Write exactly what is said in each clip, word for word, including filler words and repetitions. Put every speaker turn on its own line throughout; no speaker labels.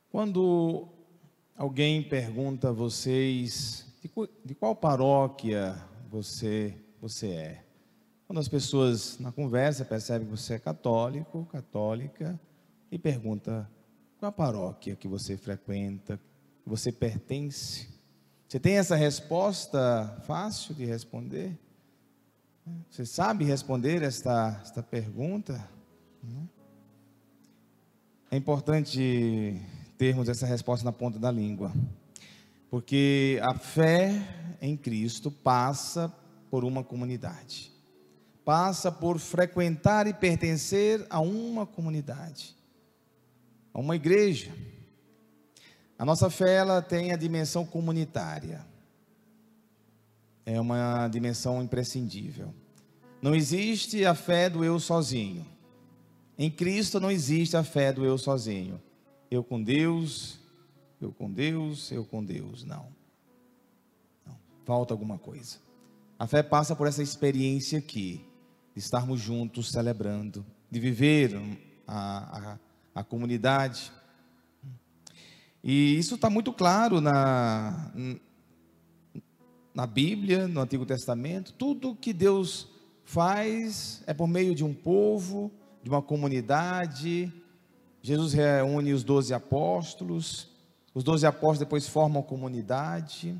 Quando alguém pergunta a vocês de, de qual paróquia você, você é, quando as pessoas na conversa percebem que você é católico, católica, e pergunta qual a paróquia que você frequenta, que você pertence, você tem essa resposta fácil de responder? Você sabe responder esta, esta pergunta? É importante termos essa resposta na ponta da língua, porque a fé em Cristo passa por uma comunidade, passa por frequentar e pertencer a uma comunidade, a uma igreja. A nossa fé, ela tem a dimensão comunitária, é uma dimensão imprescindível. Não existe a fé do eu sozinho. Em Cristo não existe a fé do eu sozinho. Eu com Deus, eu com Deus, eu com Deus. Não. Não. Falta alguma coisa. A fé passa por essa experiência aqui, de estarmos juntos celebrando, de viver a, a, a comunidade. E isso está muito claro na, na Bíblia, no Antigo Testamento. Tudo que Deus faz é por meio de um povo, de uma comunidade. Jesus reúne os doze apóstolos, os doze apóstolos depois formam comunidade.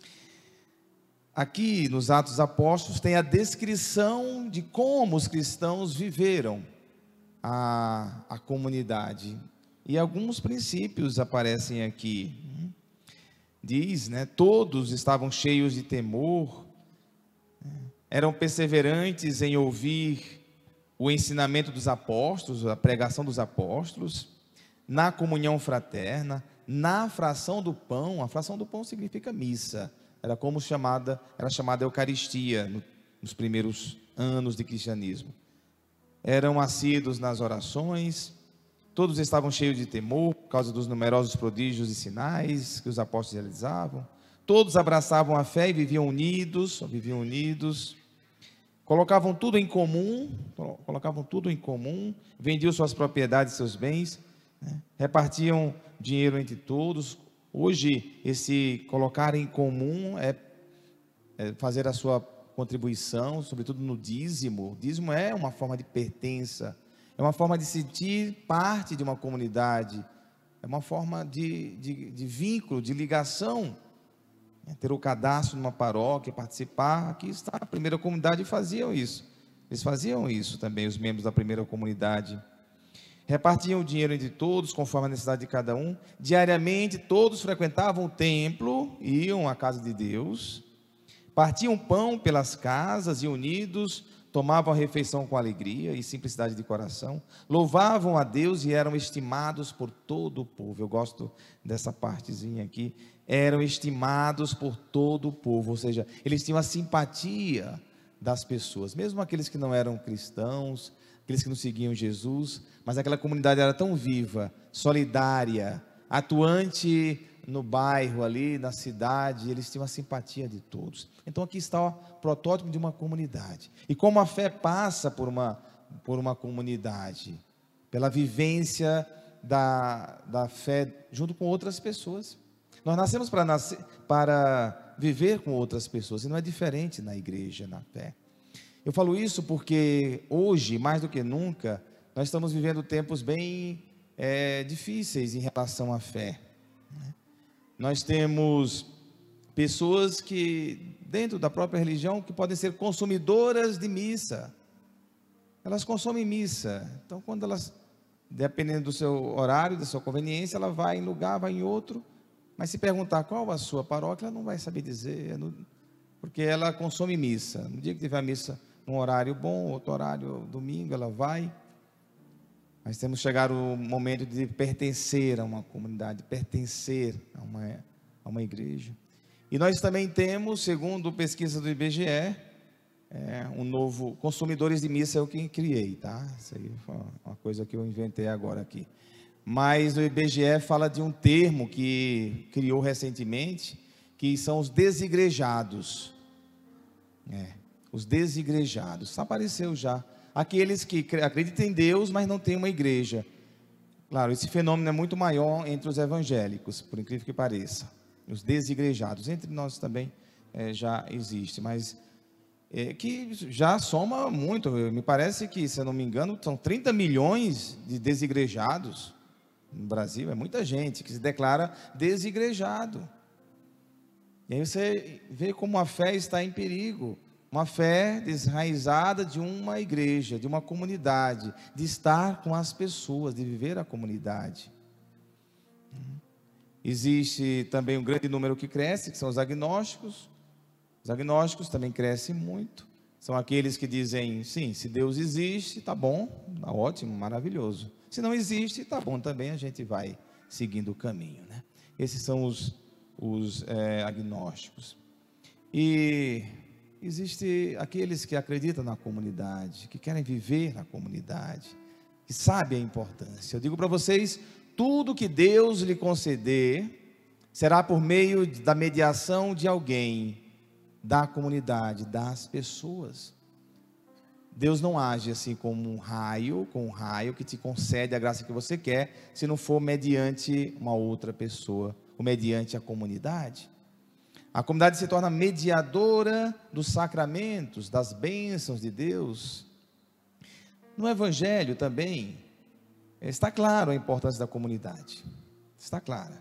Aqui nos Atos dos Apóstolos tem a descrição de como os cristãos viveram a, a comunidade, e alguns princípios aparecem aqui. Diz, né, todos estavam cheios de temor, eram perseverantes em ouvir o ensinamento dos apóstolos, a pregação dos apóstolos, na comunhão fraterna, na fração do pão. A fração do pão significa missa, era como chamada, era chamada Eucaristia no, nos primeiros anos de cristianismo. Eram assíduos nas orações, todos estavam cheios de temor por causa dos numerosos prodígios e sinais que os apóstolos realizavam. Todos abraçavam a fé e viviam unidos, viviam unidos. Colocavam tudo em comum, colocavam tudo em comum, vendiam suas propriedades, seus bens, né? Repartiam dinheiro entre todos. Hoje, esse colocar em comum é, é fazer a sua contribuição, sobretudo no dízimo. O dízimo é uma forma de pertença, é uma forma de sentir parte de uma comunidade, é uma forma de, de, de vínculo, de ligação. Ter o cadastro numa paróquia, participar. Aqui está, a primeira comunidade faziam isso, eles faziam isso também, os membros da primeira comunidade. Repartiam o dinheiro entre todos, conforme a necessidade de cada um. Diariamente todos frequentavam o templo, iam à casa de Deus, partiam pão pelas casas e unidos tomavam a refeição com alegria e simplicidade de coração, louvavam a Deus e eram estimados por todo o povo. Eu gosto dessa partezinha aqui, eram estimados por todo o povo, ou seja, eles tinham a simpatia das pessoas, mesmo aqueles que não eram cristãos, aqueles que não seguiam Jesus, mas aquela comunidade era tão viva, solidária, atuante no bairro ali, na cidade, eles tinham a simpatia de todos. Então aqui está o protótipo de uma comunidade, e como a fé passa por uma, por uma comunidade, pela vivência da, da fé junto com outras pessoas. Nós nascemos para, nascer, para viver com outras pessoas, e não é diferente na igreja, na fé. Eu falo isso porque hoje, mais do que nunca, nós estamos vivendo tempos bem é, difíceis em relação à fé. Nós temos pessoas que, dentro da própria religião, que podem ser consumidoras de missa. Elas consomem missa. Então, quando elas, dependendo do seu horário, da sua conveniência, ela vai em lugar, vai em outro. Mas se perguntar qual a sua paróquia, ela não vai saber dizer, porque ela consome missa. No dia que tiver missa num horário bom, outro horário, domingo, ela vai. Mas temos que chegar o momento de pertencer a uma comunidade, pertencer a uma, a uma igreja. E nós também temos, segundo pesquisa do I B G E, é, um novo, consumidores de missa é o que criei, tá? Isso aí foi uma coisa que eu inventei agora aqui. Mas o I B G E fala de um termo que criou recentemente, que são os desigrejados. É, os desigrejados, isso apareceu já. Aqueles que acreditam em Deus, mas não têm uma igreja. Claro, esse fenômeno é muito maior entre os evangélicos, por incrível que pareça. Os desigrejados, entre nós também é, já existe, mas é, que já soma muito. Me parece que, se eu não me engano, são trinta milhões de desigrejados no Brasil. É muita gente que se declara desigrejado. E aí você vê como a fé está em perigo. Uma fé desraizada de uma igreja, de uma comunidade, de estar com as pessoas, de viver a comunidade. Existe também um grande número que cresce, que são os agnósticos. Os agnósticos também crescem muito. São aqueles que dizem, sim, se Deus existe, tá bom, tá ótimo, maravilhoso. Se não existe, tá bom também, a gente vai seguindo o caminho, né? Esses são os, os é, agnósticos. E existe aqueles que acreditam na comunidade, que querem viver na comunidade, que sabem a importância. Eu digo para vocês, tudo que Deus lhe conceder será por meio da mediação de alguém, da comunidade, das pessoas. Deus não age assim como um raio, com um raio que te concede a graça que você quer, se não for mediante uma outra pessoa, ou mediante a comunidade. A comunidade se torna mediadora dos sacramentos, das bênçãos de Deus. No Evangelho também está claro a importância da comunidade, está clara.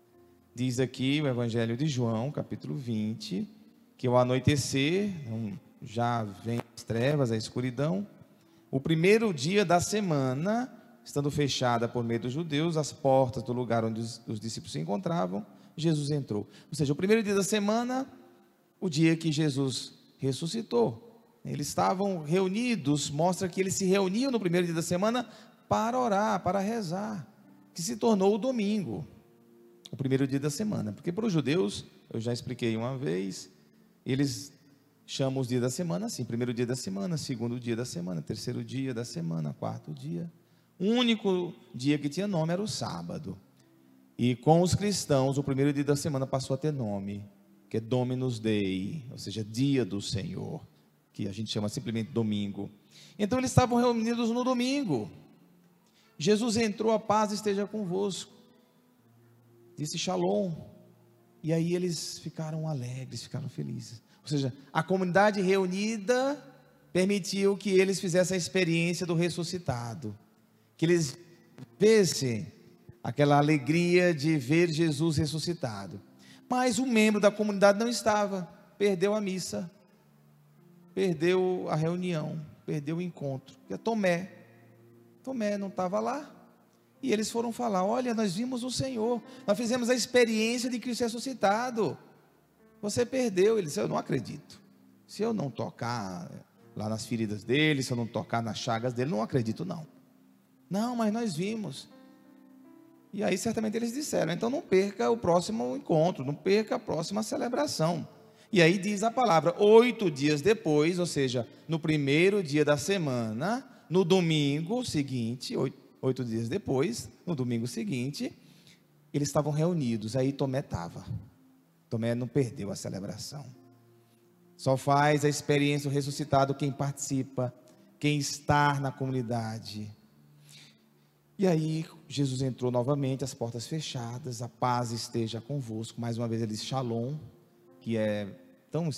Diz aqui o Evangelho de João, capítulo vinte, que ao anoitecer, já vem as trevas, a escuridão, o primeiro dia da semana, estando fechada por meio dos judeus, as portas do lugar onde os, os discípulos se encontravam, Jesus entrou. Ou seja, o primeiro dia da semana, o dia que Jesus ressuscitou. Eles estavam reunidos, mostra que eles se reuniam no primeiro dia da semana para orar, para rezar, que se tornou o domingo, o primeiro dia da semana, porque para os judeus, eu já expliquei uma vez, eles chamam os dias da semana assim, primeiro dia da semana, segundo dia da semana, terceiro dia da semana, quarto dia. O único dia que tinha nome era o sábado, e com os cristãos, o primeiro dia da semana passou a ter nome, que é Dominus Dei, ou seja, dia do Senhor, que a gente chama simplesmente domingo. Então eles estavam reunidos no domingo. Jesus entrou, a paz esteja convosco, disse Shalom, e aí eles ficaram alegres, ficaram felizes. Ou seja, a comunidade reunida permitiu que eles fizessem a experiência do ressuscitado, que eles vissem aquela alegria de ver Jesus ressuscitado. Mas um membro da comunidade não estava, perdeu a missa, perdeu a reunião, perdeu o encontro, que é Tomé. Tomé não estava lá, e eles foram falar, olha, nós vimos o Senhor, nós fizemos a experiência de Cristo ressuscitado, você perdeu. Ele disse, eu não acredito, se eu não tocar lá nas feridas dele, se eu não tocar nas chagas dele, não acredito não, não, mas nós vimos. E aí certamente eles disseram, então não perca o próximo encontro, não perca a próxima celebração. E aí diz a palavra, oito dias depois, ou seja, no primeiro dia da semana, no domingo seguinte, oito, oito dias depois, no domingo seguinte, eles estavam reunidos, aí Tomé estava, Tomé não perdeu a celebração. Só faz a experiência do ressuscitado quem participa, quem está na comunidade. E aí Jesus entrou novamente, as portas fechadas, a paz esteja convosco, mais uma vez ele diz Shalom, que é tão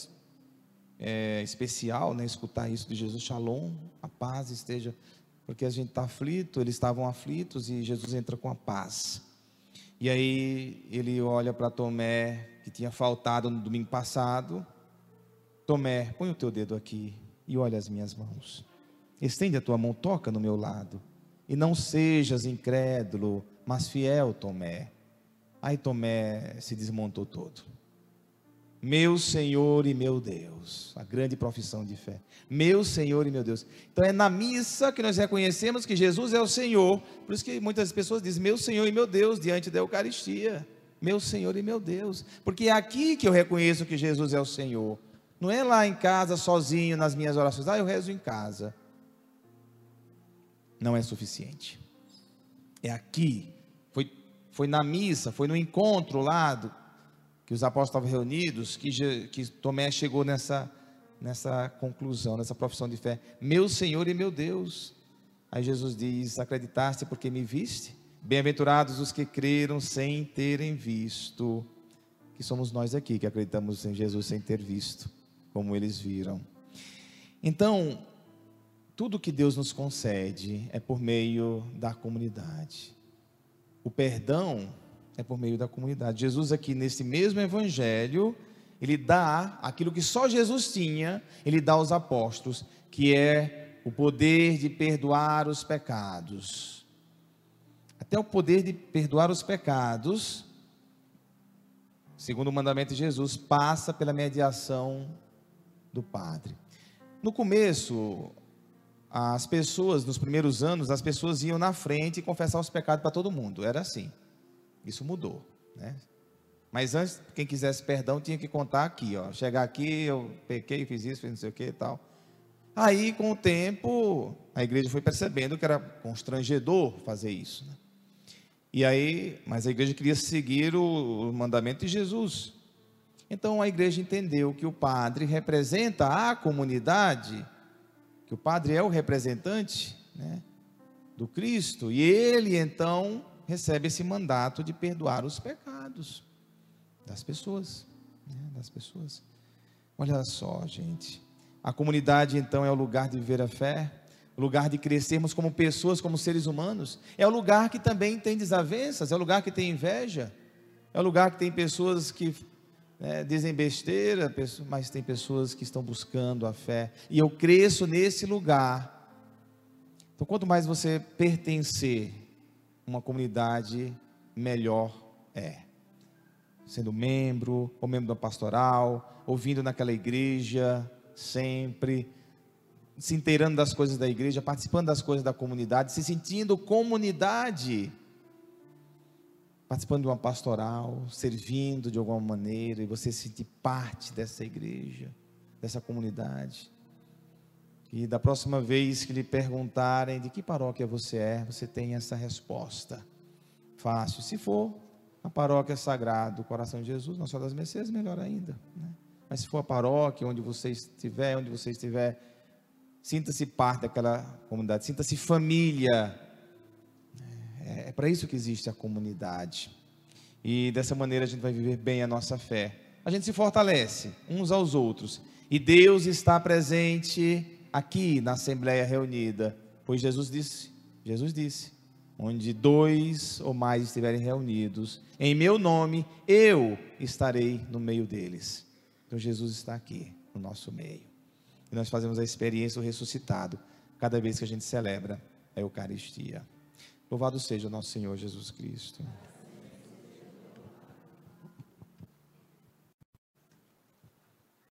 é, especial, né, escutar isso de Jesus, Shalom, a paz esteja, porque a gente está aflito, eles estavam aflitos e Jesus entra com a paz. E aí ele olha para Tomé, que tinha faltado no domingo passado, Tomé, põe o teu dedo aqui e olha as minhas mãos, estende a tua mão, toca no meu lado, e não sejas incrédulo, mas fiel, Tomé. Aí Tomé se desmontou todo. Meu Senhor e meu Deus, a grande profissão de fé, meu Senhor e meu Deus. Então é na missa que nós reconhecemos que Jesus é o Senhor. Por isso que muitas pessoas dizem, meu Senhor e meu Deus, diante da Eucaristia, meu Senhor e meu Deus, porque é aqui que eu reconheço que Jesus é o Senhor, não é lá em casa sozinho nas minhas orações, ah, eu rezo em casa, não é suficiente, é aqui, foi, foi na missa, foi no encontro lá, do, que os apóstolos estavam reunidos, que, que Tomé chegou nessa, nessa conclusão, nessa profissão de fé, meu Senhor e meu Deus. Aí Jesus diz, acreditaste porque me viste? Bem-aventurados os que creram sem terem visto, que somos nós aqui que acreditamos em Jesus sem ter visto, como eles viram. Então, tudo que Deus nos concede é por meio da comunidade. O perdão é por meio da comunidade. Jesus aqui nesse mesmo evangelho, ele dá aquilo que só Jesus tinha, ele dá aos apóstolos, que é o poder de perdoar os pecados. Até o poder de perdoar os pecados, segundo o mandamento de Jesus, passa pela mediação do Padre. No começo, as pessoas, nos primeiros anos, as pessoas iam na frente e confessar os pecados para todo mundo, era assim. Isso mudou, né? Mas antes, quem quisesse perdão tinha que contar aqui, ó, chegar aqui, eu pequei, fiz isso, fiz não sei o que e tal. Aí, com o tempo, a igreja foi percebendo que era constrangedor fazer isso, né? E aí, mas a igreja queria seguir o, o mandamento de Jesus. Então a igreja entendeu que o padre representa a comunidade, que o padre é o representante, né, do Cristo, e ele então recebe esse mandato de perdoar os pecados das pessoas, né, das pessoas. Olha só, gente, a comunidade então é o lugar de viver a fé, o lugar de crescermos como pessoas, como seres humanos. É o lugar que também tem desavenças, é o lugar que tem inveja, é o lugar que tem pessoas que, né, dizem besteira, mas tem pessoas que estão buscando a fé, e eu cresço nesse lugar. Então, quanto mais você pertencer a uma comunidade, melhor é. Sendo membro, ou membro da pastoral, ouvindo naquela igreja, sempre se inteirando das coisas da igreja, participando das coisas da comunidade, se sentindo comunidade, participando de uma pastoral, servindo de alguma maneira, e você se sentir parte dessa igreja, dessa comunidade. E da próxima vez que lhe perguntarem de que paróquia você é, você tem essa resposta fácil. Se for a paróquia sagrada do Coração de Jesus, Nossa Senhora das Mercês, melhor ainda, né? Mas se for a paróquia onde você estiver, onde você estiver, sinta-se parte daquela comunidade, sinta-se família. É, é para isso que existe a comunidade. E dessa maneira a gente vai viver bem a nossa fé. A gente se fortalece uns aos outros. E Deus está presente aqui na Assembleia reunida. Pois Jesus disse, Jesus disse, onde dois ou mais estiverem reunidos, em meu nome, eu estarei no meio deles. Então Jesus está aqui, no nosso meio. E nós fazemos a experiência do ressuscitado cada vez que a gente celebra a Eucaristia. Louvado seja o nosso Senhor Jesus Cristo.